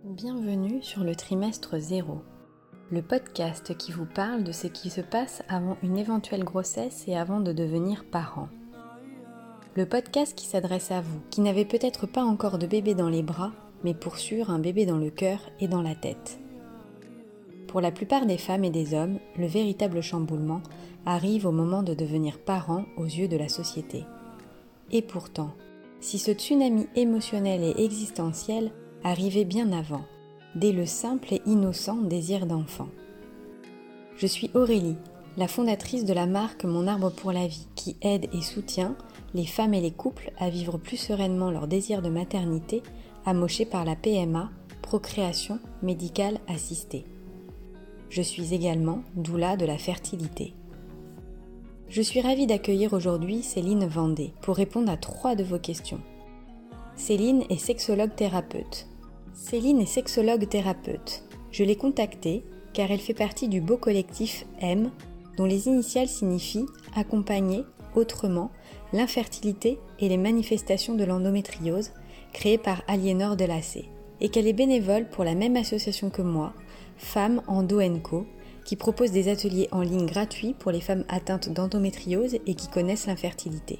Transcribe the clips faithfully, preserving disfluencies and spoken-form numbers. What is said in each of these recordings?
Bienvenue sur le trimestre zéro, le podcast qui vous parle de ce qui se passe avant une éventuelle grossesse et avant de devenir parent. Le podcast qui s'adresse à vous, qui n'avez peut-être pas encore de bébé dans les bras, mais pour sûr un bébé dans le cœur et dans la tête. Pour la plupart des femmes et des hommes, le véritable chamboulement arrive au moment de devenir parent aux yeux de la société. Et pourtant, si ce tsunami émotionnel et existentiel arrivait bien avant, dès le simple et innocent désir d'enfant. Je suis Aurélie, la fondatrice de la marque Mon Arbre pour la Vie, qui aide et soutient les femmes et les couples à vivre plus sereinement leur désir de maternité, amoché par la P M A, procréation médicale assistée. Je suis également doula de la fertilité. Je suis ravie d'accueillir aujourd'hui Céline Vendée pour répondre à trois de vos questions. Céline est sexologue thérapeute. Céline est sexologue thérapeute. Je l'ai contactée car elle fait partie du beau collectif M, dont les initiales signifient accompagner autrement l'infertilité et les manifestations de l'endométriose, créée par Aliénor Delacé, et qu'elle est bénévole pour la même association que moi, Femmes Endo and Co, qui propose des ateliers en ligne gratuits pour les femmes atteintes d'endométriose et qui connaissent l'infertilité.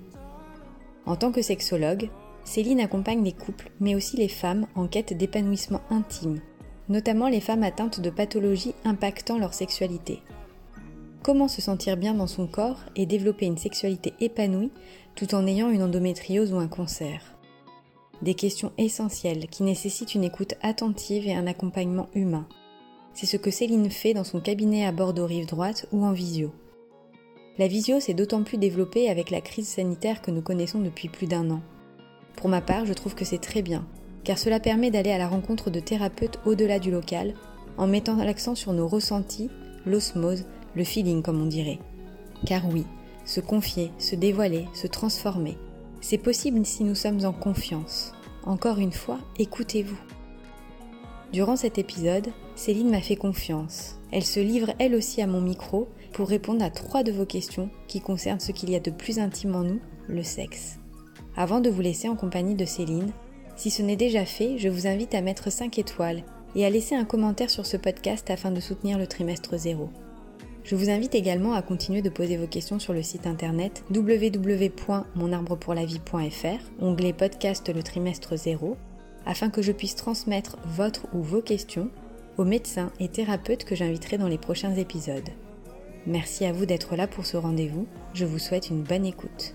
En tant que sexologue, Céline accompagne les couples, mais aussi les femmes en quête d'épanouissement intime, notamment les femmes atteintes de pathologies impactant leur sexualité. Comment se sentir bien dans son corps et développer une sexualité épanouie tout en ayant une endométriose ou un cancer ? Des questions essentielles qui nécessitent une écoute attentive et un accompagnement humain. C'est ce que Céline fait dans son cabinet à Bordeaux-Rive-Droite ou en visio. La visio s'est d'autant plus développée avec la crise sanitaire que nous connaissons depuis plus d'un an. Pour ma part, je trouve que c'est très bien, car cela permet d'aller à la rencontre de thérapeutes au-delà du local, en mettant l'accent sur nos ressentis, l'osmose, le feeling comme on dirait. Car oui, se confier, se dévoiler, se transformer, c'est possible si nous sommes en confiance. Encore une fois, écoutez-vous. Durant cet épisode, Céline m'a fait confiance. Elle se livre elle aussi à mon micro pour répondre à trois de vos questions qui concernent ce qu'il y a de plus intime en nous, le sexe. Avant de vous laisser en compagnie de Céline, si ce n'est déjà fait, je vous invite à mettre cinq étoiles et à laisser un commentaire sur ce podcast afin de soutenir le trimestre zéro. Je vous invite également à continuer de poser vos questions sur le site internet w w w point mon arbre pour la vie point f r, onglet podcast le trimestre zéro, afin que je puisse transmettre votre ou vos questions aux médecins et thérapeutes que j'inviterai dans les prochains épisodes. Merci à vous d'être là pour ce rendez-vous, je vous souhaite une bonne écoute.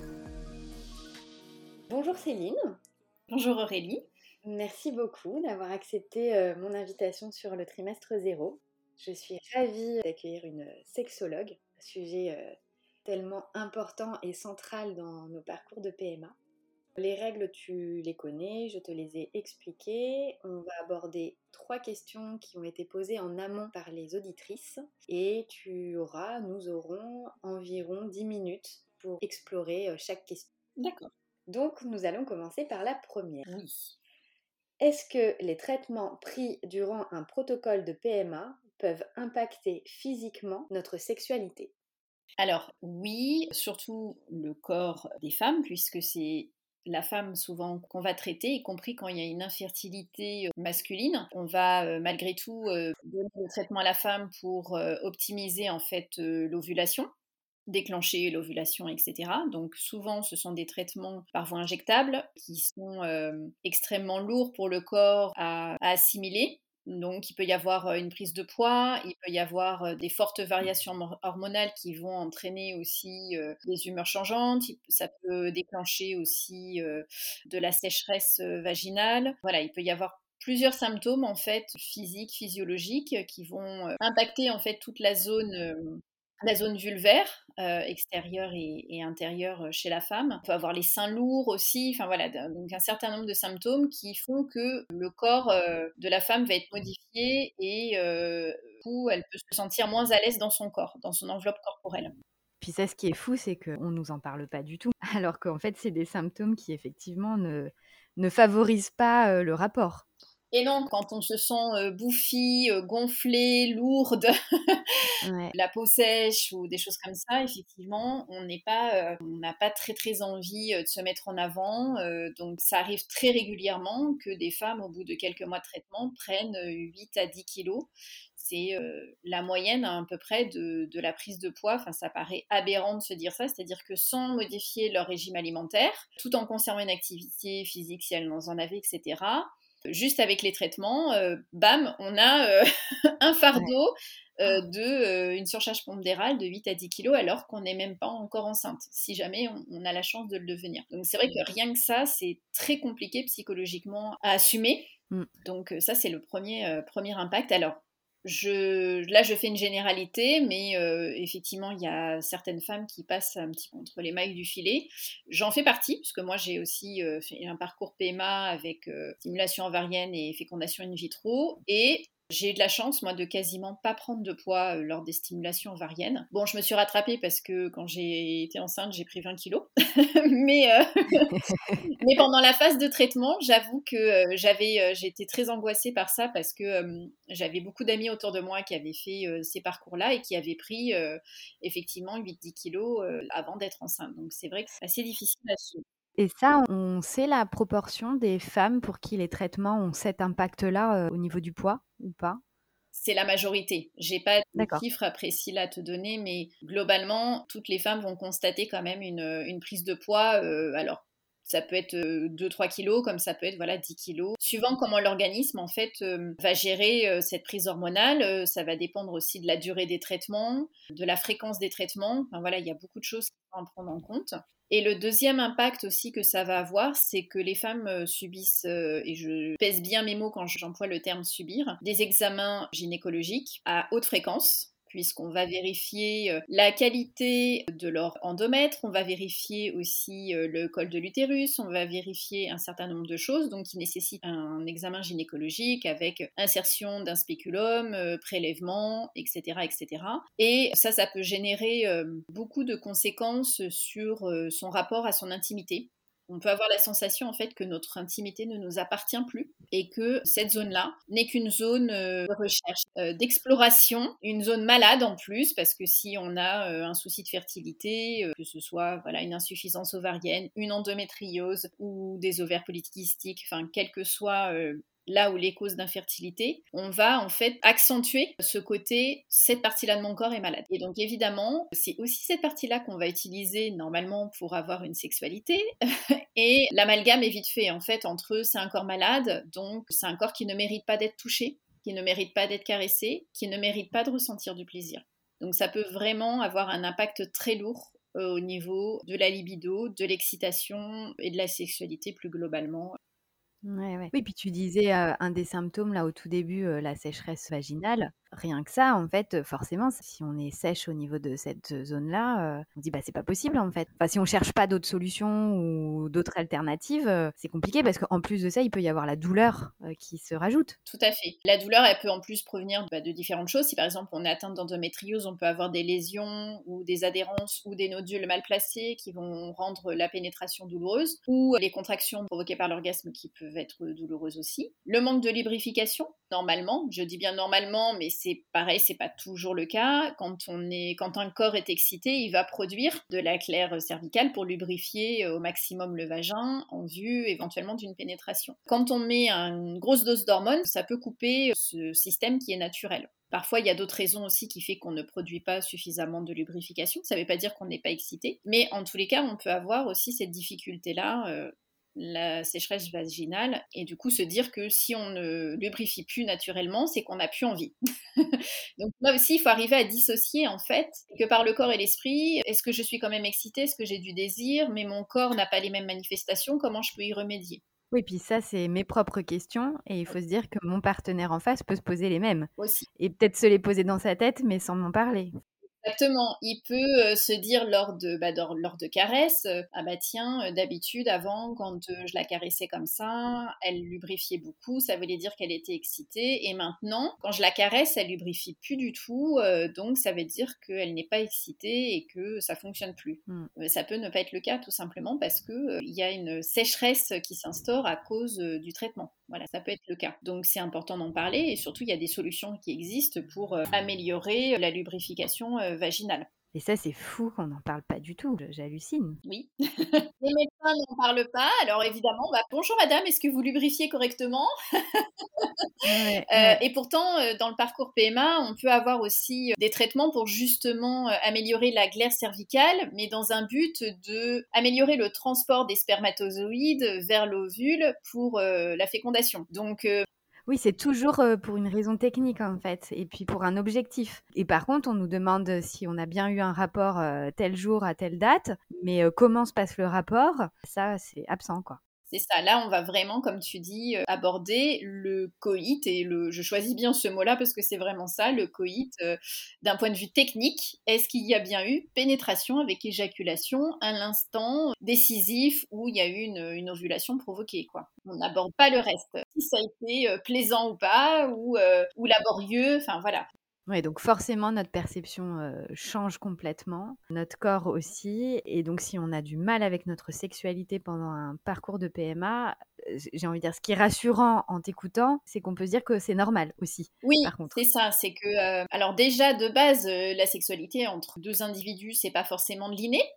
Bonjour Céline. Bonjour Aurélie. Merci beaucoup d'avoir accepté euh, mon invitation sur le trimestre zéro. Je suis ravie d'accueillir une sexologue, un sujet euh, tellement important et central dans nos parcours de P M A. Les règles, tu les connais, je te les ai expliquées. On va aborder trois questions qui ont été posées en amont par les auditrices et tu auras, nous aurons environ dix minutes pour explorer euh, chaque question. D'accord. Donc, nous allons commencer par la première. Oui. Est-ce que les traitements pris durant un protocole de P M A peuvent impacter physiquement notre sexualité ? Alors oui, surtout le corps des femmes, puisque c'est la femme souvent qu'on va traiter, y compris quand il y a une infertilité masculine. On va euh, malgré tout euh, donner le traitement à la femme pour euh, optimiser en fait euh, l'ovulation, déclencher l'ovulation, et cetera. Donc souvent, ce sont des traitements par voie injectable qui sont euh, extrêmement lourds pour le corps à, à assimiler. Donc il peut y avoir une prise de poids, il peut y avoir des fortes variations hormonales qui vont entraîner aussi euh, des humeurs changeantes, ça peut déclencher aussi euh, de la sécheresse vaginale. Voilà, il peut y avoir plusieurs symptômes en fait physiques, physiologiques qui vont impacter en fait toute la zone euh, la zone vulvaire, euh, extérieure et, et intérieure chez la femme. On peut avoir les seins lourds aussi, enfin voilà, donc un certain nombre de symptômes qui font que le corps euh, de la femme va être modifié et euh, du coup, elle peut se sentir moins à l'aise dans son corps, dans son enveloppe corporelle. Puis ça, ce qui est fou, c'est qu'on ne nous en parle pas du tout, alors qu'en fait, c'est des symptômes qui, effectivement, ne, ne favorisent pas euh, le rapport. Et non, quand on se sent euh, bouffie, euh, gonflée, lourde, Ouais. la peau sèche ou des choses comme ça, effectivement, on n'est pas, euh, on n'a pas très très envie euh, de se mettre en avant. Euh, donc ça arrive très régulièrement que des femmes, au bout de quelques mois de traitement, prennent euh, huit à dix kilos. C'est euh, la moyenne à peu près de, de la prise de poids. Enfin, ça paraît aberrant de se dire ça, c'est-à-dire que sans modifier leur régime alimentaire, tout en conservant une activité physique si elles en avaient, et cetera, juste avec les traitements, euh, bam, on a euh, un Ouais. fardeau euh, de euh, une surcharge pondérale de huit à dix kilos alors qu'on n'est même pas encore enceinte, si jamais on, on a la chance de le devenir. Donc c'est vrai que rien que ça, c'est très compliqué psychologiquement à assumer. Mm. Donc euh, ça, c'est le premier, euh, premier impact. Alors, je, là, je fais une généralité, mais euh, effectivement, il y a certaines femmes qui passent un petit peu entre les mailles du filet. J'en fais partie, parce que moi, j'ai aussi euh, fait un parcours P M A avec euh, stimulation ovarienne et fécondation in vitro. Et j'ai eu de la chance, moi, de quasiment pas prendre de poids euh, lors des stimulations ovariennes. Bon, je me suis rattrapée parce que quand j'ai été enceinte, j'ai pris vingt kilos. mais, euh, mais pendant la phase de traitement, j'avoue que euh, j'avais, euh, j'étais très angoissée par ça parce que euh, j'avais beaucoup d'amis autour de moi qui avaient fait euh, ces parcours-là et qui avaient pris euh, effectivement huit à dix kilos euh, avant d'être enceinte. Donc c'est vrai que c'est assez difficile à suivre. Et ça, on sait la proportion des femmes pour qui les traitements ont cet impact-là, heu, au niveau du poids ou pas? C'est la majorité. J'ai pas de D'accord. chiffres précis là à te donner, mais globalement, toutes les femmes vont constater quand même une, une prise de poids. Euh, alors, ça peut être euh, deux à trois kilos, comme ça peut être voilà, dix kilos. Suivant comment l'organisme, en fait, euh, va gérer euh, cette prise hormonale, euh, ça va dépendre aussi de la durée des traitements, de la fréquence des traitements. Enfin, voilà, il y a beaucoup de choses qu'il faut en prendre en compte. Et le deuxième impact aussi que ça va avoir, c'est que les femmes euh, subissent, euh, et je pèse bien mes mots quand j'emploie le terme subir, des examens gynécologiques à haute fréquence, puisqu'on va vérifier euh, la qualité de leur endomètre, on va vérifier aussi euh, le col de l'utérus, on va vérifier un certain nombre de choses, donc qui nécessitent un examen gynécologique avec insertion d'un spéculum, euh, prélèvement, et cetera, et cetera. Et ça, ça peut générer euh, beaucoup de conséquences sur euh, son rapport à son intimité. On peut avoir la sensation en fait que notre intimité ne nous appartient plus et que cette zone-là n'est qu'une zone euh, de recherche, euh, d'exploration, une zone malade en plus parce que si on a euh, un souci de fertilité, euh, que ce soit voilà une insuffisance ovarienne, une endométriose ou des ovaires polykystiques, enfin quel que soit euh, là où les causes d'infertilité, on va en fait accentuer ce côté, cette partie-là de mon corps est malade. Et donc évidemment, c'est aussi cette partie-là qu'on va utiliser normalement pour avoir une sexualité. Et l'amalgame est vite fait en fait entre c'est un corps malade, donc c'est un corps qui ne mérite pas d'être touché, qui ne mérite pas d'être caressé, qui ne mérite pas de ressentir du plaisir. Donc ça peut vraiment avoir un impact très lourd euh, au niveau de la libido, de l'excitation et de la sexualité plus globalement. Ouais, ouais. Oui, puis tu disais, heu, un des symptômes là au tout début, heu, la sécheresse vaginale. Rien que ça, en fait, heu, forcément, si on est sèche au niveau de cette, heu, zone-là, heu, on dit: «Bah, c'est pas possible, en fait». Enfin, si on cherche pas d'autres solutions ou d'autres alternatives, heu, c'est compliqué parce qu'en plus de ça, il peut y avoir la douleur, heu, qui se rajoute. Tout à fait. La douleur, elle peut en plus provenir bah, de différentes choses. Si par exemple on est atteinte d'endométriose, on peut avoir des lésions ou des adhérences ou des nodules mal placés qui vont rendre la pénétration douloureuse, ou les contractions provoquées par l'orgasme qui peuvent être douloureuses aussi. Le manque de lubrification, normalement, je dis bien normalement, mais c'est pareil, c'est pas toujours le cas. Quand, on est, quand un corps est excité, il va produire de la claire cervicale pour lubrifier au maximum le vagin en vue éventuellement d'une pénétration. Quand on met une grosse dose d'hormones, ça peut couper ce système qui est naturel. Parfois, il y a d'autres raisons aussi qui font qu'on ne produit pas suffisamment de lubrification. Ça ne veut pas dire qu'on n'est pas excité, mais en tous les cas, on peut avoir aussi cette difficulté-là, euh, la sécheresse vaginale, et du coup se dire que si on ne lubrifie plus naturellement, c'est qu'on n'a plus envie. Donc là aussi, il faut arriver à dissocier en fait, que par le corps et l'esprit, est-ce que je suis quand même excitée, est-ce que j'ai du désir, mais mon corps n'a pas les mêmes manifestations, comment je peux y remédier? Oui, puis ça, c'est mes propres questions et il faut se dire que mon partenaire en face peut se poser les mêmes Aussi. et peut-être se les poser dans sa tête, mais sans m'en parler. Exactement. Il peut euh, se dire lors de, bah, lors, lors de caresses, euh, ah bah tiens, euh, d'habitude, avant, quand euh, je la caressais comme ça, elle lubrifiait beaucoup, ça voulait dire qu'elle était excitée. Et maintenant, quand je la caresse, elle lubrifie plus du tout, euh, donc ça veut dire qu'elle n'est pas excitée et que ça fonctionne plus. Mmh. Mais ça peut ne pas être le cas, tout simplement parce que euh, il y a une sécheresse qui s'instaure à cause euh, du traitement. Voilà. Voilà, ça peut être le cas. Donc c'est important d'en parler et surtout il y a des solutions qui existent pour euh, améliorer la lubrification euh, vaginale. Et ça, c'est fou qu'on n'en parle pas du tout, j'hallucine. Oui. Les médecins n'en parlent pas. Alors évidemment, bah, bonjour madame, est-ce que vous lubrifiez correctement? Ouais, Euh, ouais. et pourtant, euh, dans le parcours P M A, on peut avoir aussi euh, des traitements pour justement euh, améliorer la glaire cervicale, mais dans un but de améliorer le transport des spermatozoïdes vers l'ovule pour euh, la fécondation. Donc, euh, Oui, c'est toujours euh, pour une raison technique en fait, et puis pour un objectif. Et par contre, on nous demande si on a bien eu un rapport euh, tel jour à telle date, mais euh, comment se passe le rapport, ça c'est absent quoi. c'est ça. Là, on va vraiment, comme tu dis, euh, aborder le coït, et le, je choisis bien ce mot-là parce que c'est vraiment ça, le coït, euh, d'un point de vue technique. Est-ce qu'il y a bien eu pénétration avec éjaculation à l'instant décisif où il y a eu une, une ovulation provoquée, quoi. On n'aborde pas le reste. Si ça a été euh, plaisant ou pas, ou, euh, ou laborieux, enfin voilà. Ouais, donc forcément notre perception euh, change complètement, notre corps aussi, et donc si on a du mal avec notre sexualité pendant un parcours de P M A, euh, j'ai envie de dire, ce qui est rassurant en t'écoutant, c'est qu'on peut se dire que c'est normal aussi, Oui, par contre. c'est ça, c'est que euh, alors déjà de base euh, la sexualité entre deux individus, c'est pas forcément de l'inné.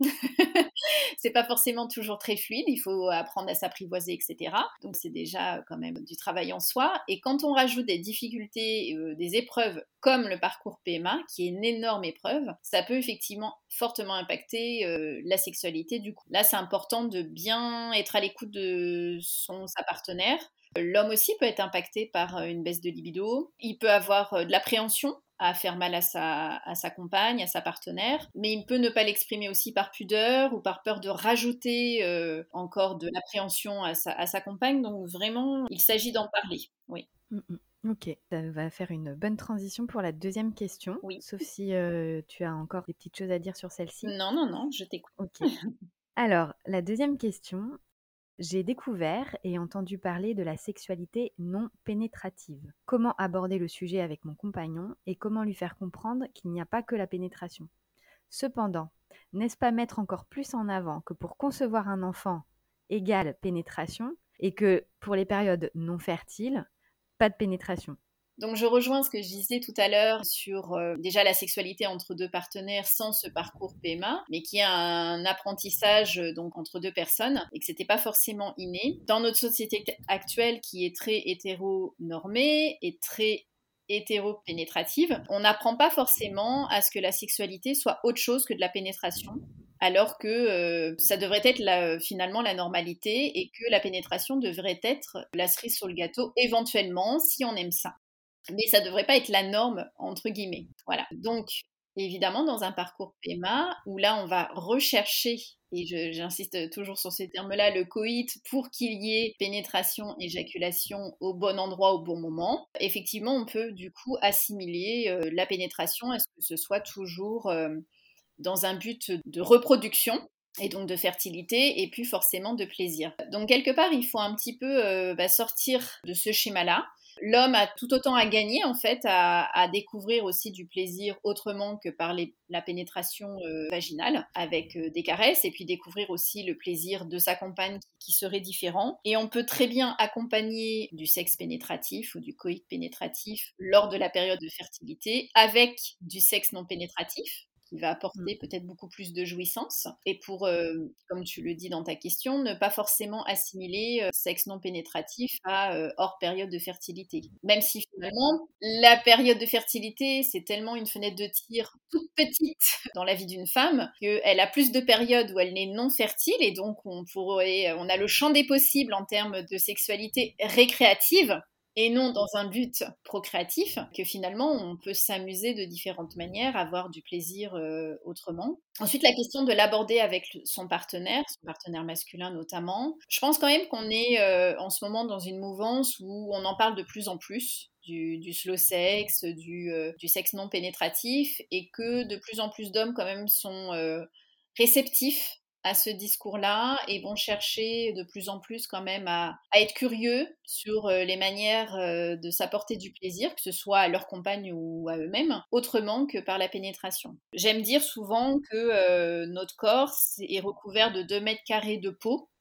C'est pas forcément toujours très fluide, il faut apprendre à s'apprivoiser, et cetera. Donc c'est déjà quand même du travail en soi. Et quand on rajoute des difficultés, euh, des épreuves comme le parcours P M A, qui est une énorme épreuve, ça peut effectivement fortement impacter euh, la sexualité du coup. Là, c'est important de bien être à l'écoute de son, sa partenaire. L'homme aussi peut être impacté par une baisse de libido. Il peut avoir de l'appréhension à faire mal à sa, à sa compagne, à sa partenaire, mais il peut ne pas l'exprimer aussi par pudeur ou par peur de rajouter euh, encore de l'appréhension à sa, à sa compagne. Donc vraiment, il s'agit d'en parler. Oui. Mm, mm. Ok, ça va faire une bonne transition pour la deuxième question, Oui. sauf si euh, tu as encore des petites choses à dire sur celle-ci. Non, non, non, je t'écoute. Ok. Alors, la deuxième question, j'ai découvert et entendu parler de la sexualité non pénétrative. Comment aborder le sujet avec mon compagnon et comment lui faire comprendre qu'il n'y a pas que la pénétration. Cependant, n'est-ce pas mettre encore plus en avant que pour concevoir un enfant égale pénétration et que pour les périodes non fertiles, pas de pénétration? Donc je rejoins ce que je disais tout à l'heure sur euh, déjà la sexualité entre deux partenaires sans ce parcours P M A, mais qui est un apprentissage euh, donc entre deux personnes et que c'était pas forcément inné. Dans notre société actuelle qui est très hétéronormée et très hétéropénétrative, on n'apprend pas forcément à ce que la sexualité soit autre chose que de la pénétration, alors que euh, ça devrait être la, finalement la normalité et que la pénétration devrait être la cerise sur le gâteau éventuellement si on aime ça. Mais ça ne devrait pas être la norme, entre guillemets. Voilà. Donc, évidemment, dans un parcours P M A, où là, on va rechercher, et je, j'insiste toujours sur ces termes-là, le coït pour qu'il y ait pénétration, éjaculation au bon endroit, au bon moment, effectivement, on peut du coup assimiler euh, la pénétration à ce que ce soit toujours euh, dans un but de reproduction et donc de fertilité et puis forcément de plaisir. Donc quelque part, il faut un petit peu euh, bah, sortir de ce schéma-là. L'homme a tout autant à gagner en fait à, à découvrir aussi du plaisir autrement que par les, la pénétration euh, vaginale avec euh, des caresses et puis découvrir aussi le plaisir de sa compagne qui, qui serait différent. Et on peut très bien accompagner du sexe pénétratif ou du coït pénétratif lors de la période de fertilité avec du sexe non pénétratif qui va apporter mmh. peut-être beaucoup plus de jouissance. Et pour, euh, comme tu le dis dans ta question, ne pas forcément assimiler euh, sexe non pénétratif à euh, hors période de fertilité. Même si finalement, la période de fertilité, c'est tellement une fenêtre de tir toute petite dans la vie d'une femme qu'elle a plus de périodes où elle n'est non fertile et donc on, pourrait, on a le champ des possibles en termes de sexualité récréative et non dans un but procréatif, que finalement on peut s'amuser de différentes manières, avoir du plaisir euh, autrement. Ensuite, la question de l'aborder avec son partenaire, son partenaire masculin notamment. Je pense quand même qu'on est euh, en ce moment dans une mouvance où on en parle de plus en plus. Du, du slow sex, du, euh, du sexe non pénétratif, et que de plus en plus d'hommes quand même sont euh, réceptifs à ce discours-là et vont chercher de plus en plus quand même à, à être curieux sur euh, les manières euh, de s'apporter du plaisir, que ce soit à leur compagne ou à eux-mêmes, autrement que par la pénétration. J'aime dire souvent que euh, notre corps est recouvert de deux mètres carrés de peau,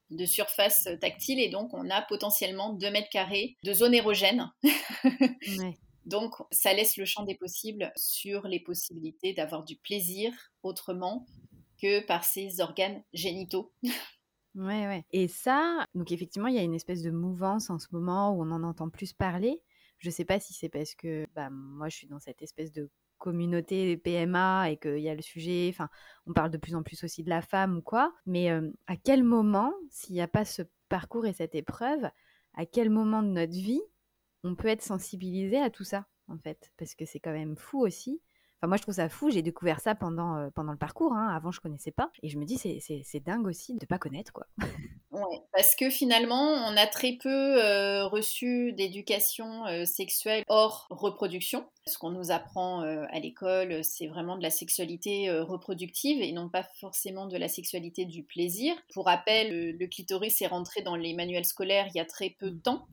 de surface tactile et donc on a potentiellement deux mètres carrés de zone érogène. Ouais. Donc ça laisse le champ des possibles sur les possibilités d'avoir du plaisir autrement que par ses organes génitaux. Ouais, ouais. Et ça, donc effectivement, il y a une espèce de mouvance en ce moment où on en entend plus parler. Je sais pas si c'est parce que bah, moi, je suis dans cette espèce de communauté P M A et qu'il y a le sujet, enfin, on parle de plus en plus aussi de la femme ou quoi. Mais euh, à quel moment, s'il n'y a pas ce parcours et cette épreuve, à quel moment de notre vie on peut être sensibilisé à tout ça, en fait? Parce que c'est quand même fou aussi. Enfin, moi, je trouve ça fou. J'ai découvert ça pendant, euh, pendant le parcours. Hein. Avant, je connaissais pas. Et je me dis, c'est, c'est, c'est dingue aussi de pas connaître, quoi. Ouais, parce que finalement, on a très peu euh, reçu d'éducation euh, sexuelle hors reproduction. Ce qu'on nous apprend euh, à l'école, c'est vraiment de la sexualité euh, reproductive et non pas forcément de la sexualité du plaisir. Pour rappel, le, le clitoris est rentré dans les manuels scolaires il y a très peu de temps.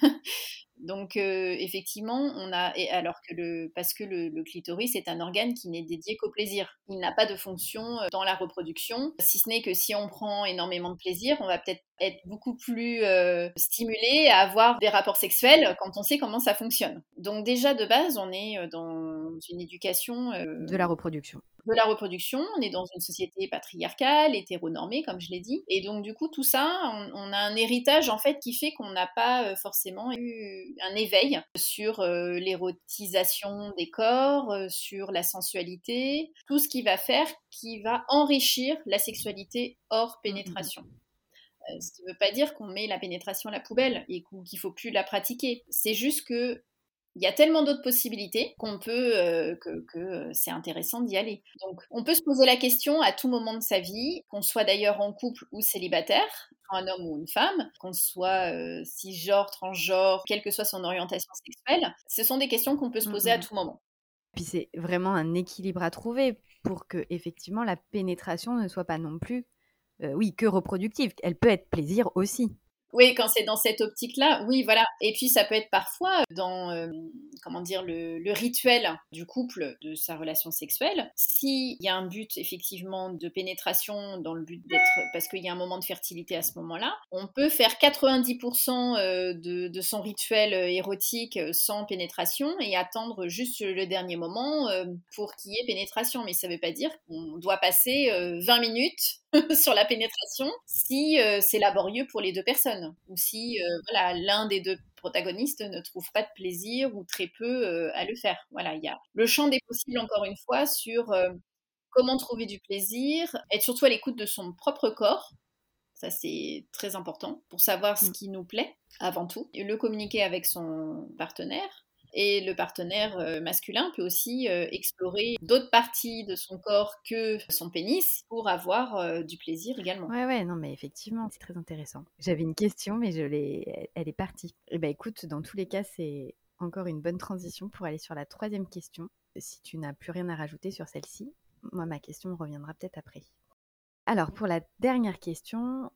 Donc euh, effectivement, on a et alors que le parce que le, le clitoris est un organe qui n'est dédié qu'au plaisir. Il n'a pas de fonction euh, dans la reproduction, si ce n'est que si on prend énormément de plaisir, on va peut-être être beaucoup plus euh, stimulé à avoir des rapports sexuels quand on sait comment ça fonctionne. Donc déjà de base, on est euh, dans une éducation euh, De la reproduction. de la reproduction, on est dans une société patriarcale, hétéronormée, comme je l'ai dit. Et donc, du coup, tout ça, on, on a un héritage, en fait, qui fait qu'on n'a pas euh, forcément eu un éveil sur euh, l'érotisation des corps, euh, sur la sensualité, tout ce qui va faire, qui va enrichir la sexualité hors pénétration. Euh, ça ne veut pas dire qu'on met la pénétration à la poubelle et qu'il ne faut plus la pratiquer. C'est juste que il y a tellement d'autres possibilités qu'on peut euh, que, que c'est intéressant d'y aller. Donc, on peut se poser la question à tout moment de sa vie, qu'on soit d'ailleurs en couple ou célibataire, un homme ou une femme, qu'on soit euh, cisgenre, transgenre, quelle que soit son orientation sexuelle. Ce sont des questions qu'on peut se poser à tout moment. Puis c'est vraiment un équilibre à trouver pour que effectivement la pénétration ne soit pas non plus, euh, oui, que reproductive. Elle peut être plaisir aussi. Oui, quand c'est dans cette optique-là, oui, voilà. Et puis ça peut être parfois dans, euh, comment dire, le, le rituel du couple, de sa relation sexuelle. S'il y a un but effectivement de pénétration dans le but d'être, parce qu'il y a un moment de fertilité à ce moment-là, on peut faire quatre-vingt-dix pour cent de, de son rituel érotique sans pénétration et attendre juste le dernier moment pour qu'il y ait pénétration. Mais ça ne veut pas dire qu'on doit passer vingt minutes sur la pénétration si euh, c'est laborieux pour les deux personnes ou si euh, voilà, l'un des deux protagonistes ne trouve pas de plaisir ou très peu euh, à le faire. Voilà, il y a le champ des possibles encore une fois sur euh, comment trouver du plaisir, être surtout à l'écoute de son propre corps. Ça, c'est très important pour savoir ce qui nous plaît avant tout et le communiquer avec son partenaire. Et le partenaire euh, masculin peut aussi euh, explorer d'autres parties de son corps que son pénis pour avoir euh, du plaisir également. Ouais, ouais, non, mais effectivement, c'est très intéressant. J'avais une question, mais je l'ai... elle est partie. Eh bien, écoute, dans tous les cas, c'est encore une bonne transition pour aller sur la troisième question. Si tu n'as plus rien à rajouter sur celle-ci, moi, ma question reviendra peut-être après. Alors, pour la dernière question,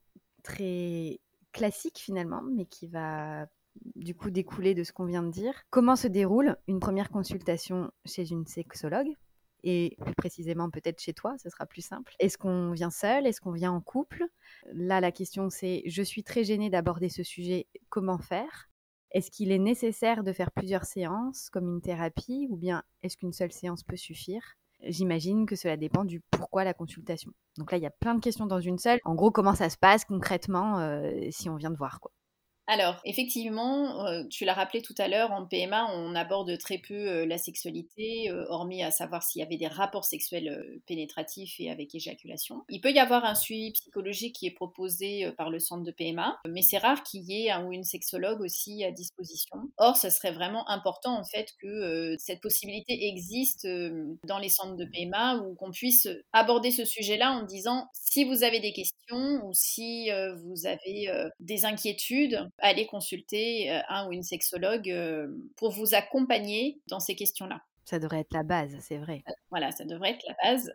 très classique finalement, mais qui va du coup découler de ce qu'on vient de dire. Comment se déroule une première consultation chez une sexologue? Et plus précisément peut-être chez toi, ce sera plus simple. Est-ce qu'on vient seul? Est-ce qu'on vient en couple? Là, la question c'est, je suis très gênée d'aborder ce sujet, comment faire? Est-ce qu'il est nécessaire de faire plusieurs séances comme une thérapie ou bien est-ce qu'une seule séance peut suffire? J'imagine que cela dépend du pourquoi la consultation. Donc là, il y a plein de questions dans une seule. En gros, comment ça se passe concrètement euh, si on vient de voir, quoi. Alors, effectivement, euh, tu l'as rappelé tout à l'heure, en P M A, on aborde très peu euh, la sexualité, euh, hormis à savoir s'il y avait des rapports sexuels euh, pénétratifs et avec éjaculation. Il peut y avoir un suivi psychologique qui est proposé euh, par le centre de P M A, mais c'est rare qu'il y ait un ou une sexologue aussi à disposition. Or, ce serait vraiment important, en fait, que euh, cette possibilité existe euh, dans les centres de P M A, ou qu'on puisse aborder ce sujet-là en disant, si vous avez des questions ou si euh, vous avez euh, des inquiétudes, allez consulter un ou une sexologue pour vous accompagner dans ces questions-là. Ça devrait être la base, c'est vrai. Voilà, ça devrait être la base.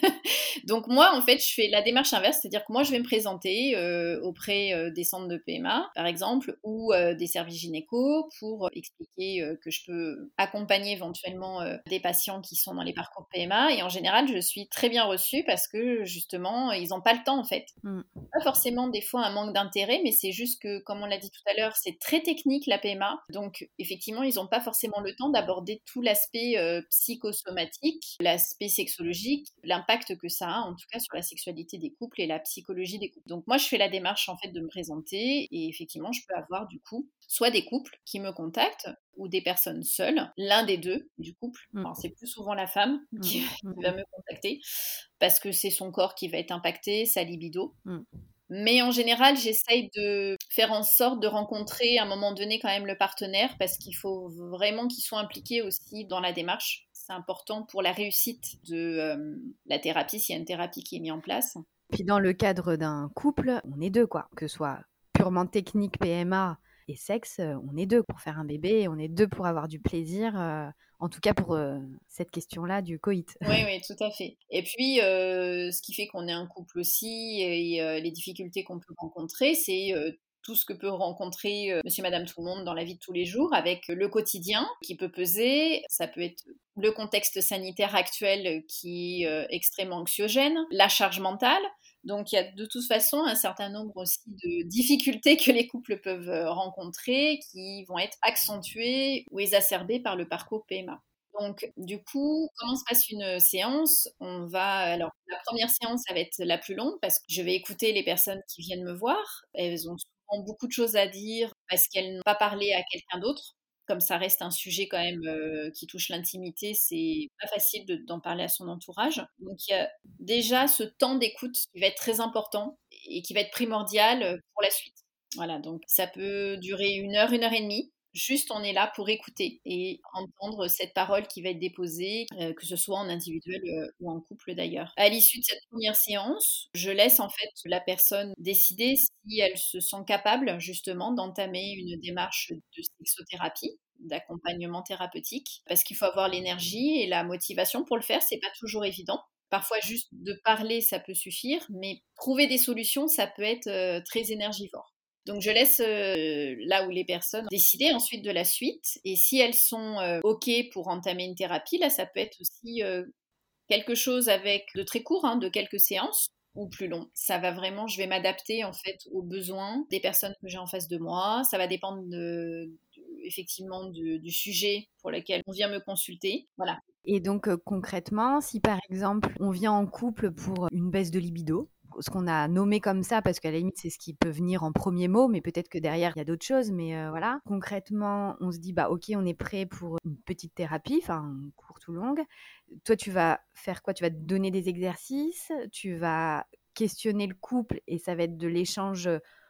Donc moi, en fait, je fais la démarche inverse, c'est-à-dire que moi, je vais me présenter euh, auprès euh, des centres de P M A, par exemple, ou euh, des services gynéco pour expliquer euh, que je peux accompagner éventuellement euh, des patients qui sont dans les parcours P M A. Et en général, je suis très bien reçue parce que justement, ils n'ont pas le temps, en fait. Mm. Pas forcément des fois un manque d'intérêt, mais c'est juste que, comme on l'a dit tout à l'heure, c'est très technique la P M A. Donc effectivement, ils n'ont pas forcément le temps d'aborder tout l'aspect euh, psychosomatique, l'aspect sexologique, l'impact que ça a en tout cas sur la sexualité des couples et la psychologie des couples. Donc moi, je fais la démarche en fait de me présenter et effectivement, je peux avoir du coup soit des couples qui me contactent ou des personnes seules, l'un des deux du couple. Mm. Enfin, c'est plus souvent la femme Mm. qui, Mm. qui va me contacter parce que c'est son corps qui va être impacté, sa libido. Mm. Mais en général, j'essaye de faire en sorte de rencontrer à un moment donné quand même le partenaire parce qu'il faut vraiment qu'il soit impliqué aussi dans la démarche. C'est important pour la réussite de euh, la thérapie, s'il y a une thérapie qui est mise en place. Puis dans le cadre d'un couple, on est deux, quoi. Que ce soit purement technique, P M A et sexe, euh, on est deux pour faire un bébé, on est deux pour avoir du plaisir, euh, en tout cas pour euh, cette question-là du coït. Oui, oui, tout à fait. Et puis, euh, ce qui fait qu'on est un couple aussi, et euh, les difficultés qu'on peut rencontrer, c'est euh, tout ce que peut rencontrer euh, monsieur, madame, tout le monde dans la vie de tous les jours, avec le quotidien qui peut peser. Ça peut être le contexte sanitaire actuel qui est euh, extrêmement anxiogène, la charge mentale. Donc, il y a de toute façon un certain nombre aussi de difficultés que les couples peuvent euh, rencontrer qui vont être accentuées ou exacerbées par le parcours P M A. Donc, du coup, comment se passe une séance? On va, alors, la première séance, ça va être la plus longue parce que je vais écouter les personnes qui viennent me voir. Elles ont souvent beaucoup de choses à dire parce qu'elles n'ont pas parlé à quelqu'un d'autre. Comme ça reste un sujet quand même euh, qui touche l'intimité, c'est pas facile de- d'en parler à son entourage. Donc, il y a déjà ce temps d'écoute qui va être très important et qui va être primordial euh, pour la suite. Voilà, donc ça peut durer une heure, une heure et demie. Juste, on est là pour écouter et entendre cette parole qui va être déposée, euh, que ce soit en individuel euh, ou en couple d'ailleurs. À l'issue de cette première séance, je laisse en fait la personne décider si elle se sent capable justement d'entamer une démarche de sexothérapie, d'accompagnement thérapeutique, parce qu'il faut avoir l'énergie et la motivation pour le faire. C'est pas toujours évident. Parfois, juste de parler, ça peut suffire, mais trouver des solutions, ça peut être euh, très énergivore. Donc je laisse euh, là où les personnes décider ensuite de la suite. Et si elles sont euh, OK pour entamer une thérapie, là, ça peut être aussi euh, quelque chose avec de très court, hein, de quelques séances ou plus long. Ça va vraiment, je vais m'adapter en fait aux besoins des personnes que j'ai en face de moi. Ça va dépendre de, de- effectivement de- du sujet pour lequel on vient me consulter. Voilà. Et donc euh, concrètement, si par exemple on vient en couple pour une baisse de libido, ce qu'on a nommé comme ça parce qu'à la limite c'est ce qui peut venir en premier mot, mais peut-être que derrière il y a d'autres choses, mais euh, voilà. Concrètement, on se dit bah ok, on est prêt pour une petite thérapie, enfin courte ou longue. Toi tu vas faire quoi? Tu vas te donner des exercices, tu vas questionner le couple et ça va être de l'échange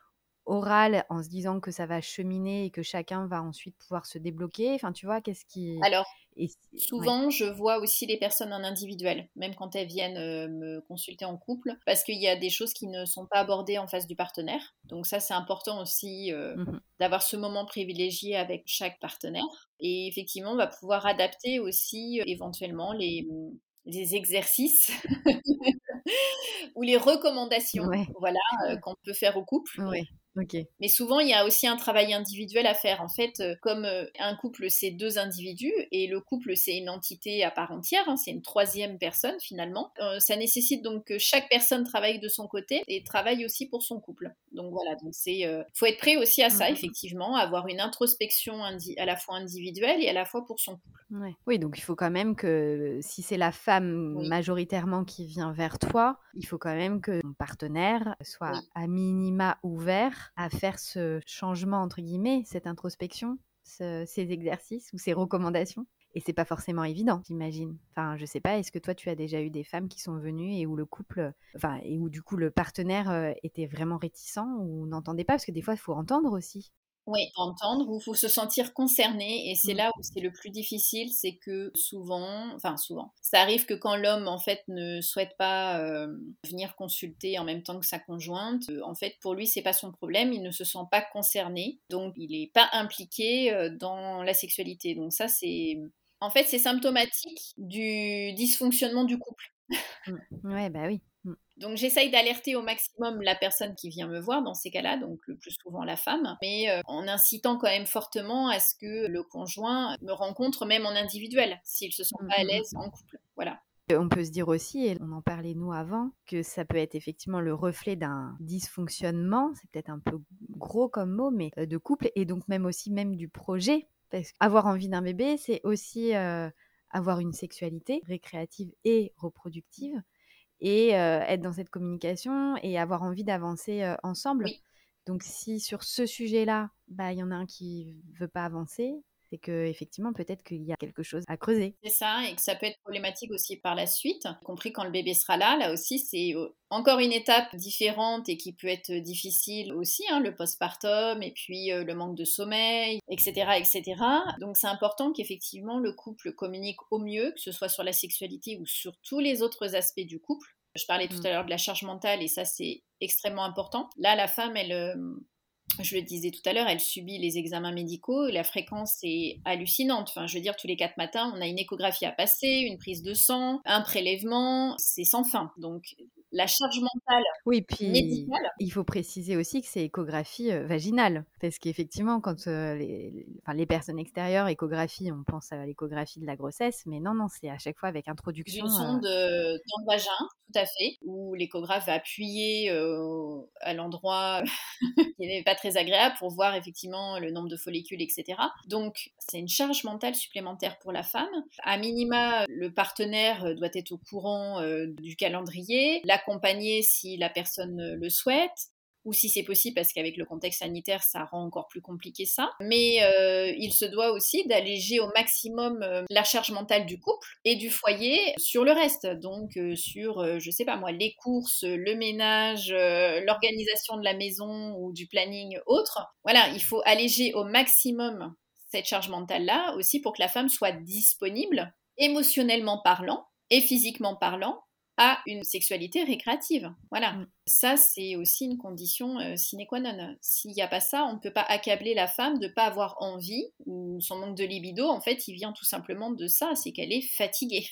oral en se disant que ça va cheminer et que chacun va ensuite pouvoir se débloquer. Enfin tu vois, qu'est-ce qui... Alors, Et... ouais. souvent, je vois aussi les personnes en individuel, même quand elles viennent euh, me consulter en couple, parce qu'il y a des choses qui ne sont pas abordées en face du partenaire. Donc ça, c'est important aussi euh, Mmh. d'avoir ce moment privilégié avec chaque partenaire. Et effectivement, on va pouvoir adapter aussi euh, éventuellement les, les exercices ou les recommandations, Ouais, voilà, euh, qu'on peut faire au couple. ouais, OK. Mais souvent, il y a aussi un travail individuel à faire. En fait, euh, comme euh, un couple, c'est deux individus, et le couple, c'est une entité à part entière, hein, c'est une troisième personne finalement. Euh, ça nécessite donc que chaque personne travaille de son côté et travaille aussi pour son couple. Donc voilà, donc c'est, euh, faut être prêt aussi à Mmh ça, mh. effectivement, à avoir une introspection indi- à la fois individuelle et à la fois pour son couple. Ouais. Oui, donc il faut quand même que si c'est la femme Oui, majoritairement qui vient vers toi, il faut quand même que ton partenaire soit oui. à minima ouvert à faire ce changement entre guillemets, cette introspection, ce ces exercices ou ces recommandations. Et c'est pas forcément évident, j'imagine. Enfin, je sais pas, est-ce que toi tu as déjà eu des femmes qui sont venues et où le couple, enfin, et où du coup le partenaire euh, était vraiment réticent ou n'entendait pas? Parce que des fois, il faut entendre aussi. Oui, entendre ou faut se sentir concerné et c'est Mm. là où c'est le plus difficile, c'est que souvent, enfin souvent, ça arrive que quand l'homme en fait ne souhaite pas euh, venir consulter en même temps que sa conjointe, euh, en fait pour lui c'est pas son problème, il ne se sent pas concerné, donc il n'est pas impliqué euh, dans la sexualité. Donc ça c'est En fait, c'est symptomatique du dysfonctionnement du couple. Mmh. Ouais, bah oui. Mmh. Donc j'essaye d'alerter au maximum la personne qui vient me voir dans ces cas-là, donc le plus souvent la femme, mais euh, en incitant quand même fortement à ce que le conjoint me rencontre même en individuel, s'ils se sentent Mmh, pas à mmh, l'aise mmh. en couple. Voilà. On peut se dire aussi, et on en parlait nous avant, que ça peut être effectivement le reflet d'un dysfonctionnement, c'est peut-être un peu gros comme mot, mais euh, de couple, et donc même aussi même du projet. Parce qu'avoir envie d'un bébé, c'est aussi euh, avoir une sexualité récréative et reproductive, et euh, être dans cette communication et avoir envie d'avancer euh, ensemble. Oui. Donc si sur ce sujet-là, bah, il y en a un qui veut pas avancer, c'est que effectivement peut-être qu'il y a quelque chose à creuser. C'est ça, et que ça peut être problématique aussi par la suite, y compris quand le bébé sera là. Là aussi, c'est euh, encore une étape différente et qui peut être difficile aussi, hein, le postpartum et puis euh, le manque de sommeil, et cetera, et cetera. Donc c'est important qu'effectivement le couple communique au mieux, que ce soit sur la sexualité ou sur tous les autres aspects du couple. Je parlais tout Mm. à l'heure de la charge mentale et ça c'est extrêmement important. Là, la femme, elle... euh, je le disais tout à l'heure, elle subit les examens médicaux, la fréquence est hallucinante. Enfin, je veux dire, tous les quatre matins, on a une échographie à passer, une prise de sang, un prélèvement, c'est sans fin. Donc, la charge mentale Oui, puis médicale, il faut préciser aussi que c'est échographie euh, vaginale. Parce qu'effectivement, quand euh, les, les- enfin, les personnes extérieures échographient, on pense à l'échographie de la grossesse, mais non, non, c'est à chaque fois avec d'une introduction. euh, sonde euh, dans le vagin, tout à fait, où l'échographe va appuyer euh, à l'endroit qui n'est pas très agréable pour voir effectivement le nombre de follicules, et cetera. Donc, c'est une charge mentale supplémentaire pour la femme. À minima, le partenaire doit être au courant euh, du calendrier, l'accompagner si la personne le souhaite, ou si c'est possible, parce qu'avec le contexte sanitaire, ça rend encore plus compliqué ça. Mais euh, il se doit aussi d'alléger au maximum euh, la charge mentale du couple et du foyer sur le reste. Donc euh, sur, euh, je sais pas moi, les courses, le ménage, euh, l'organisation de la maison ou du planning autre. Voilà, il faut alléger au maximum cette charge mentale-là aussi pour que la femme soit disponible, émotionnellement parlant et physiquement parlant, à une sexualité récréative. Voilà. mm. Ça, c'est aussi une condition euh, sine qua non. S'il n'y a pas ça, on ne peut pas accabler la femme de ne pas avoir envie, ou son manque de libido, en fait, il vient tout simplement de ça, c'est qu'elle est fatiguée.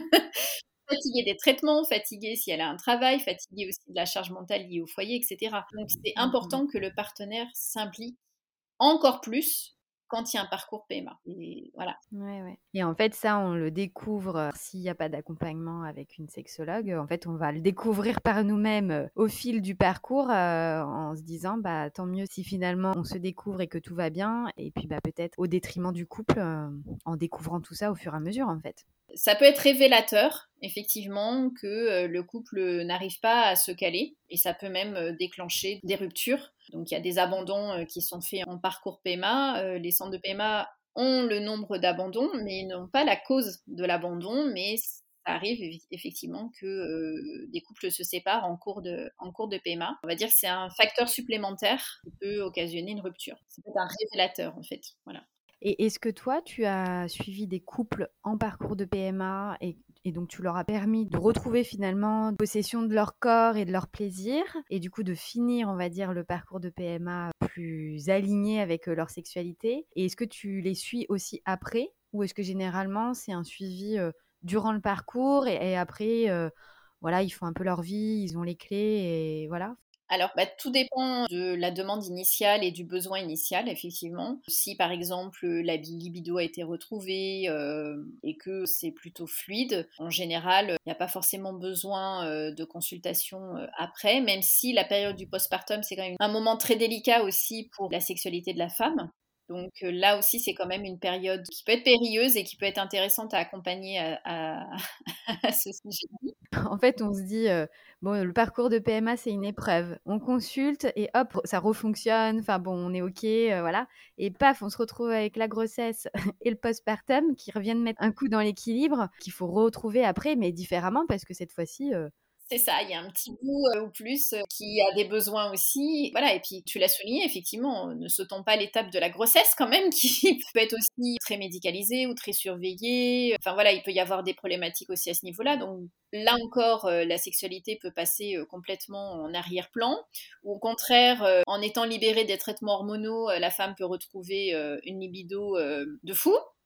Fatiguée des traitements, fatiguée si elle a un travail, fatiguée aussi de la charge mentale liée au foyer, et cetera. Donc, c'est Mm, mm. important que le partenaire s'implique encore plus quand il y a un parcours P M A. Et voilà. Ouais, ouais. Et en fait, ça, on le découvre euh, s'il n'y a pas d'accompagnement avec une sexologue. En fait, on va le découvrir par nous-mêmes euh, au fil du parcours euh, en se disant, bah, tant mieux si finalement on se découvre et que tout va bien. Et puis, bah, peut-être au détriment du couple, euh, en découvrant tout ça au fur et à mesure, en fait. Ça peut être révélateur, effectivement, que euh, le couple n'arrive pas à se caler et ça peut même euh, déclencher des ruptures. Donc il y a des abandons euh, qui sont faits en parcours P M A. Euh, les centres de P M A ont le nombre d'abandons, mais ils n'ont pas la cause de l'abandon, mais ça arrive effectivement que euh, des couples se séparent en cours, de, en cours de P M A. On va dire que c'est un facteur supplémentaire qui peut occasionner une rupture. C'est peut-être un révélateur en fait. Voilà. Et est-ce que toi, tu as suivi des couples en parcours de P M A et, et donc tu leur as permis de retrouver finalement possession de leur corps et de leur plaisir et du coup de finir, on va dire, le parcours de P M A plus aligné avec euh, leur sexualité? Et est-ce que tu les suis aussi après ou est-ce que généralement c'est un suivi euh, durant le parcours et, et après, euh, voilà, ils font un peu leur vie, ils ont les clés et voilà? Alors, bah, tout dépend de la demande initiale et du besoin initial, effectivement. Si, par exemple, la libido a été retrouvée euh, et que c'est plutôt fluide, en général, il n'y a pas forcément besoin euh, de consultation euh, après, même si la période du postpartum, c'est quand même un moment très délicat aussi pour la sexualité de la femme. Donc euh, là aussi, c'est quand même une période qui peut être périlleuse et qui peut être intéressante à accompagner à, à, à ce sujet. En fait, on se dit, euh, bon, le parcours de P M A, c'est une épreuve. On consulte et hop, ça refonctionne. Enfin bon, on est OK, euh, voilà. Et paf, on se retrouve avec la grossesse et le postpartum qui reviennent mettre un coup dans l'équilibre qu'il faut retrouver après, mais différemment parce que cette fois-ci, euh, C'est ça, il y a un petit bout euh, ou plus euh, qui a des besoins aussi. Voilà, et puis tu l'as souligné, effectivement, ne sautons pas l'étape de la grossesse quand même, qui peut être aussi très médicalisée ou très surveillée. Enfin voilà, il peut y avoir des problématiques aussi à ce niveau-là. Donc là encore, euh, la sexualité peut passer euh, complètement en arrière-plan. Ou au contraire, euh, en étant libérée des traitements hormonaux, euh, la femme peut retrouver euh, une libido euh, de fou.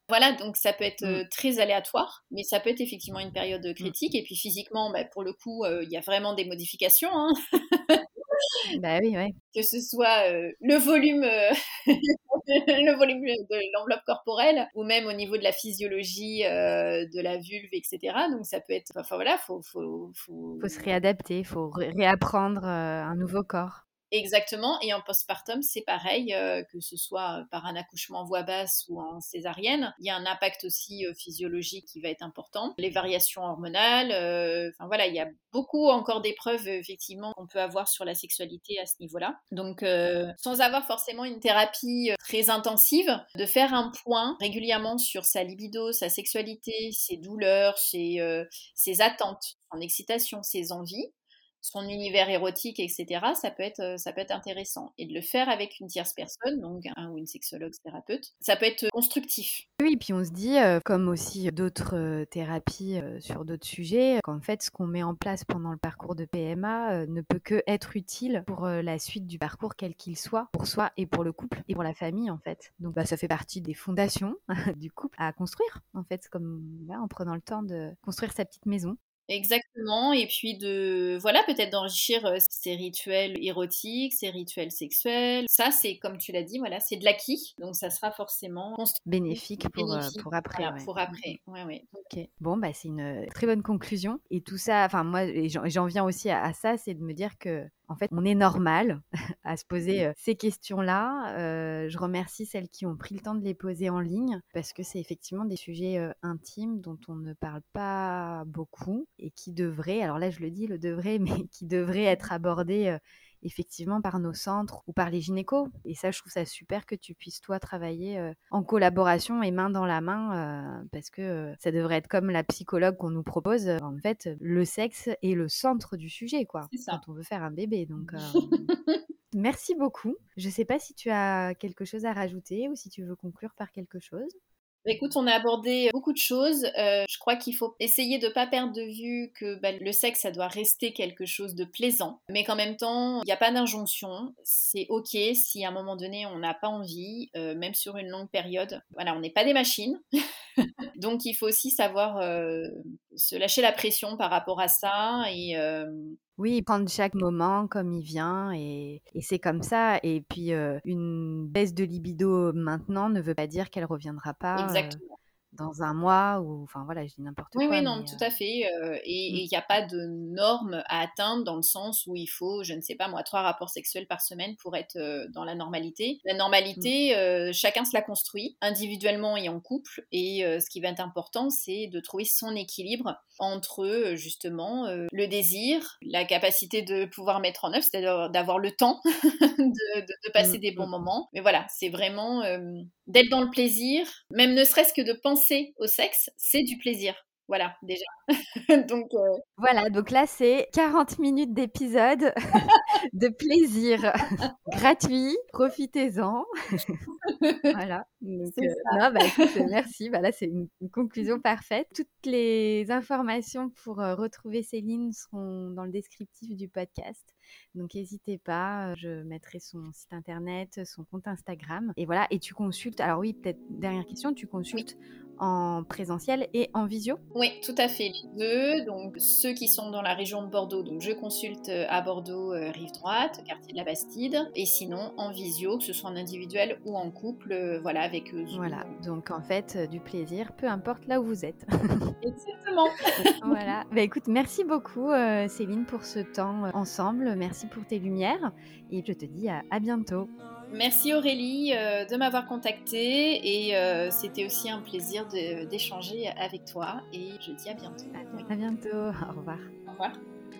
Voilà, donc ça peut être Mm. euh, très aléatoire, mais ça peut être effectivement une période critique. Mm. Et puis physiquement, bah, pour le coup, il euh, y a vraiment des modifications, hein. Bah oui, ouais. Que ce soit euh, le volume, euh, le volume de l'enveloppe corporelle, ou même au niveau de la physiologie euh, de la vulve, et cetera. Donc ça peut être, enfin voilà, faut, faut, faut... Faut se réadapter, il faut ré- réapprendre euh, un nouveau corps. Exactement, et en postpartum, c'est pareil, euh, que ce soit par un accouchement en voie basse ou en césarienne. Il y a un impact aussi euh, physiologique qui va être important. Les variations hormonales, euh, enfin voilà, il y a beaucoup encore d'épreuves, effectivement, qu'on peut avoir sur la sexualité à ce niveau-là. Donc, euh, sans avoir forcément une thérapie très intensive, de faire un point régulièrement sur sa libido, sa sexualité, ses douleurs, ses, euh, ses attentes, son excitation, ses envies, son univers érotique, et cetera, ça peut être, ça peut être intéressant. Et de le faire avec une tierce personne, donc un ou une sexologue thérapeute, ça peut être constructif. Oui, puis on se dit, euh, comme aussi d'autres euh, thérapies euh, sur d'autres sujets, qu'en fait, ce qu'on met en place pendant le parcours de P M A euh, ne peut que être utile pour euh, la suite du parcours, quel qu'il soit, pour soi et pour le couple et pour la famille, en fait. Donc, bah, ça fait partie des fondations du couple à construire, en fait, comme là, en prenant le temps de construire sa petite maison. Exactement, et puis de, voilà, peut-être d'enrichir euh, ces rituels érotiques, ces rituels sexuels. Ça, c'est, comme tu l'as dit, voilà, c'est de l'acquis, donc ça sera forcément constructif, Bénéfique pour, euh, bénéfique, pour après, voilà, ouais. pour après. Ouais, ouais. Ok, bon, bah, c'est une très bonne conclusion. Et tout ça, enfin, moi, et j'en, j'en viens aussi à, à ça, c'est de me dire que, en fait, on est normal à se poser euh, ces questions-là. Euh, je remercie celles qui ont pris le temps de les poser en ligne parce que c'est effectivement des sujets euh, intimes dont on ne parle pas beaucoup et qui devraient, alors là, je le dis, le devrait, mais qui devraient être abordés euh, effectivement par nos centres ou par les gynécos. Et ça, je trouve ça super que tu puisses, toi, travailler euh, en collaboration et main dans la main, euh, parce que euh, ça devrait être comme la psychologue qu'on nous propose. Euh, en fait, le sexe est le centre du sujet, quoi, C'est ça. quand on veut faire un bébé. Donc, euh, merci beaucoup. Je ne sais pas si tu as quelque chose à rajouter ou si tu veux conclure par quelque chose. Écoute, on a abordé beaucoup de choses. Euh, je crois qu'il faut essayer de ne pas perdre de vue que bah, le sexe, ça doit rester quelque chose de plaisant, mais qu'en même temps, il n'y a pas d'injonction. C'est OK si à un moment donné, on n'a pas envie, euh, même sur une longue période. Voilà, on n'est pas des machines. Donc, il faut aussi savoir euh, se lâcher la pression par rapport à ça et... Euh, Oui, prendre chaque moment comme il vient et, et c'est comme ça. Et puis, euh, une baisse de libido maintenant ne veut pas dire qu'elle reviendra pas euh, exactement. dans un mois ou, enfin voilà, je dis n'importe Oui, oui, quoi, non, mais tout euh, à fait. euh, et mm, il n'y a pas de normes à atteindre dans le sens où il faut, je ne sais pas moi, trois rapports sexuels par semaine pour être euh, dans la normalité. La mm. normalité, euh, chacun se la construit individuellement et en couple. Et euh, ce qui va être important, c'est de trouver son équilibre entre euh, justement euh, le désir, la capacité de pouvoir mettre en œuvre, c'est-à-dire d'avoir le temps de, de, de passer Mm, des bons mm. moments. Mais voilà, c'est vraiment euh, d'être dans le plaisir, même ne serait-ce que de penser au sexe, c'est du plaisir. Voilà, déjà. Donc, euh, Voilà, donc là, c'est quarante minutes d'épisode de plaisir gratuit. Profitez-en. Voilà. Donc, c'est euh, ça. non, bah écoute, euh, merci. Bah, là, c'est une, une conclusion parfaite. Toutes les informations pour euh, retrouver Céline seront dans le descriptif du podcast. Donc, n'hésitez pas. euh, Je mettrai son site internet, son compte Instagram. Et voilà. Et tu consultes. Alors, oui, peut-être dernière question. Tu Oui. consultes en présentiel et en visio? Oui, tout à fait, les deux. Donc, ceux qui sont dans la région de Bordeaux, donc je consulte euh, à Bordeaux, euh, rive droite, quartier de la Bastide. Et sinon, en visio, que ce soit en individuel ou en couple, euh, voilà, avec eux. Voilà. Donc, en fait, euh, du plaisir, peu importe là où vous êtes. Exactement. Voilà. Bah, écoute, merci beaucoup, euh, Céline, pour ce temps euh, ensemble. Merci pour tes lumières. Et je te dis à, à bientôt. Merci Aurélie euh, de m'avoir contactée et euh, c'était aussi un plaisir de- d'échanger avec toi et je dis à bientôt. Oui. À bientôt. Au revoir. Au revoir.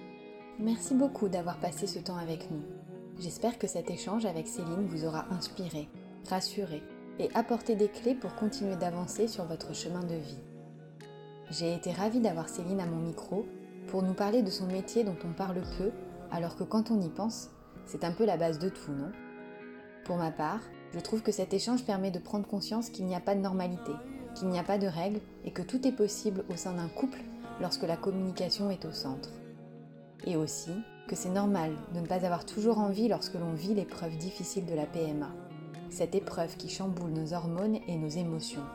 Merci beaucoup d'avoir passé ce temps avec nous. J'espère que cet échange avec Céline vous aura inspiré, rassuré et apporté des clés pour continuer d'avancer sur votre chemin de vie. J'ai été ravie d'avoir Céline à mon micro pour nous parler de son métier dont on parle peu, alors que quand on y pense, c'est un peu la base de tout, non ? Pour ma part, je trouve que cet échange permet de prendre conscience qu'il n'y a pas de normalité, qu'il n'y a pas de règles et que tout est possible au sein d'un couple lorsque la communication est au centre. Et aussi que c'est normal de ne pas avoir toujours envie lorsque l'on vit l'épreuve difficile de la P M A. Cette épreuve qui chamboule nos hormones et nos émotions,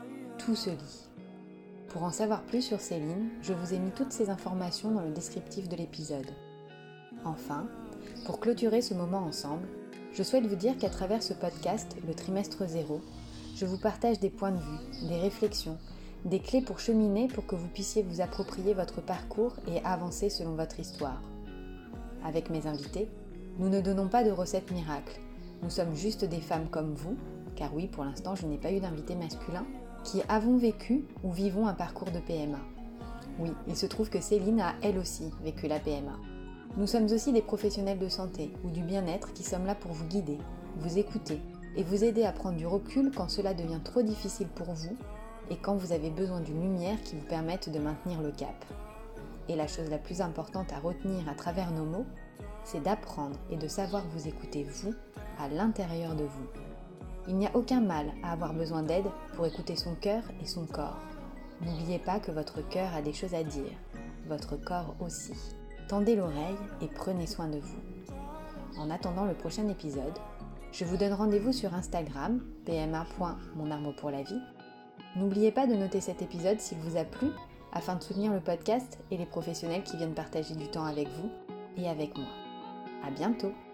tout se lie. Pour en savoir plus sur Céline, je vous ai mis toutes ces informations dans le descriptif de l'épisode. Enfin, pour clôturer ce moment ensemble, je souhaite vous dire qu'à travers ce podcast, le trimestre zéro, je vous partage des points de vue, des réflexions, des clés pour cheminer pour que vous puissiez vous approprier votre parcours et avancer selon votre histoire. Avec mes invités, nous ne donnons pas de recettes miracles. Nous sommes juste des femmes comme vous, car oui, pour l'instant, je n'ai pas eu d'invité masculin, qui avons vécu ou vivons un parcours de P M A. Oui, il se trouve que Céline a elle aussi vécu la P M A. Nous sommes aussi des professionnels de santé ou du bien-être qui sommes là pour vous guider, vous écouter et vous aider à prendre du recul quand cela devient trop difficile pour vous et quand vous avez besoin d'une lumière qui vous permette de maintenir le cap. Et la chose la plus importante à retenir à travers nos mots, c'est d'apprendre et de savoir vous écouter vous, à l'intérieur de vous. Il n'y a aucun mal à avoir besoin d'aide pour écouter son cœur et son corps. N'oubliez pas que votre cœur a des choses à dire, votre corps aussi. Tendez l'oreille et prenez soin de vous. En attendant le prochain épisode, je vous donne rendez-vous sur Instagram, p m a point mon arbre pour la vie. N'oubliez pas de noter cet épisode s'il vous a plu, afin de soutenir le podcast et les professionnels qui viennent partager du temps avec vous et avec moi. À bientôt!